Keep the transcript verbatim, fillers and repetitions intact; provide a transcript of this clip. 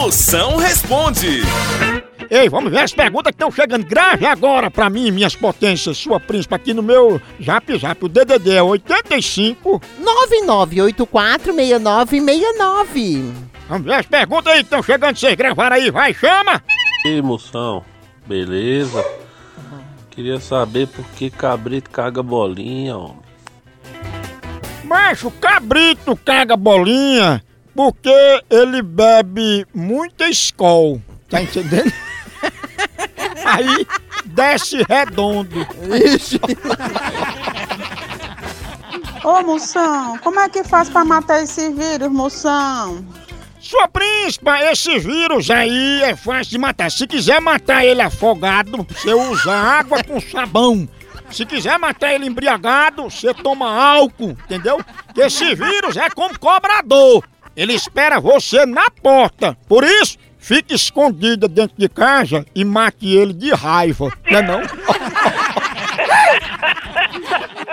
Moção responde. Ei, vamos ver as perguntas que estão chegando. Grave agora pra mim, minhas potências, sua príncipe, aqui no meu Zap Zap. O D D D é oitenta e cinco, nove nove oito quatro, seis nove seis nove. Vamos ver as perguntas aí que estão chegando, vocês gravaram aí, vai, chama! E aí, moção, beleza? Queria saber por que cabrito caga bolinha, homem. Macho, cabrito caga bolinha porque ele bebe muita Skol, tá entendendo? Aí desce redondo. Ixi. Ô, moção, como é que faz pra matar esse vírus, moção? Sua príncipa, esse vírus aí é fácil de matar. Se quiser matar ele afogado, você usa água com sabão. Se quiser matar ele embriagado, você toma álcool, entendeu? Que esse vírus é como cobrador. Ele espera você na porta. Por isso, fique escondida dentro de casa e mate ele de raiva, não é não?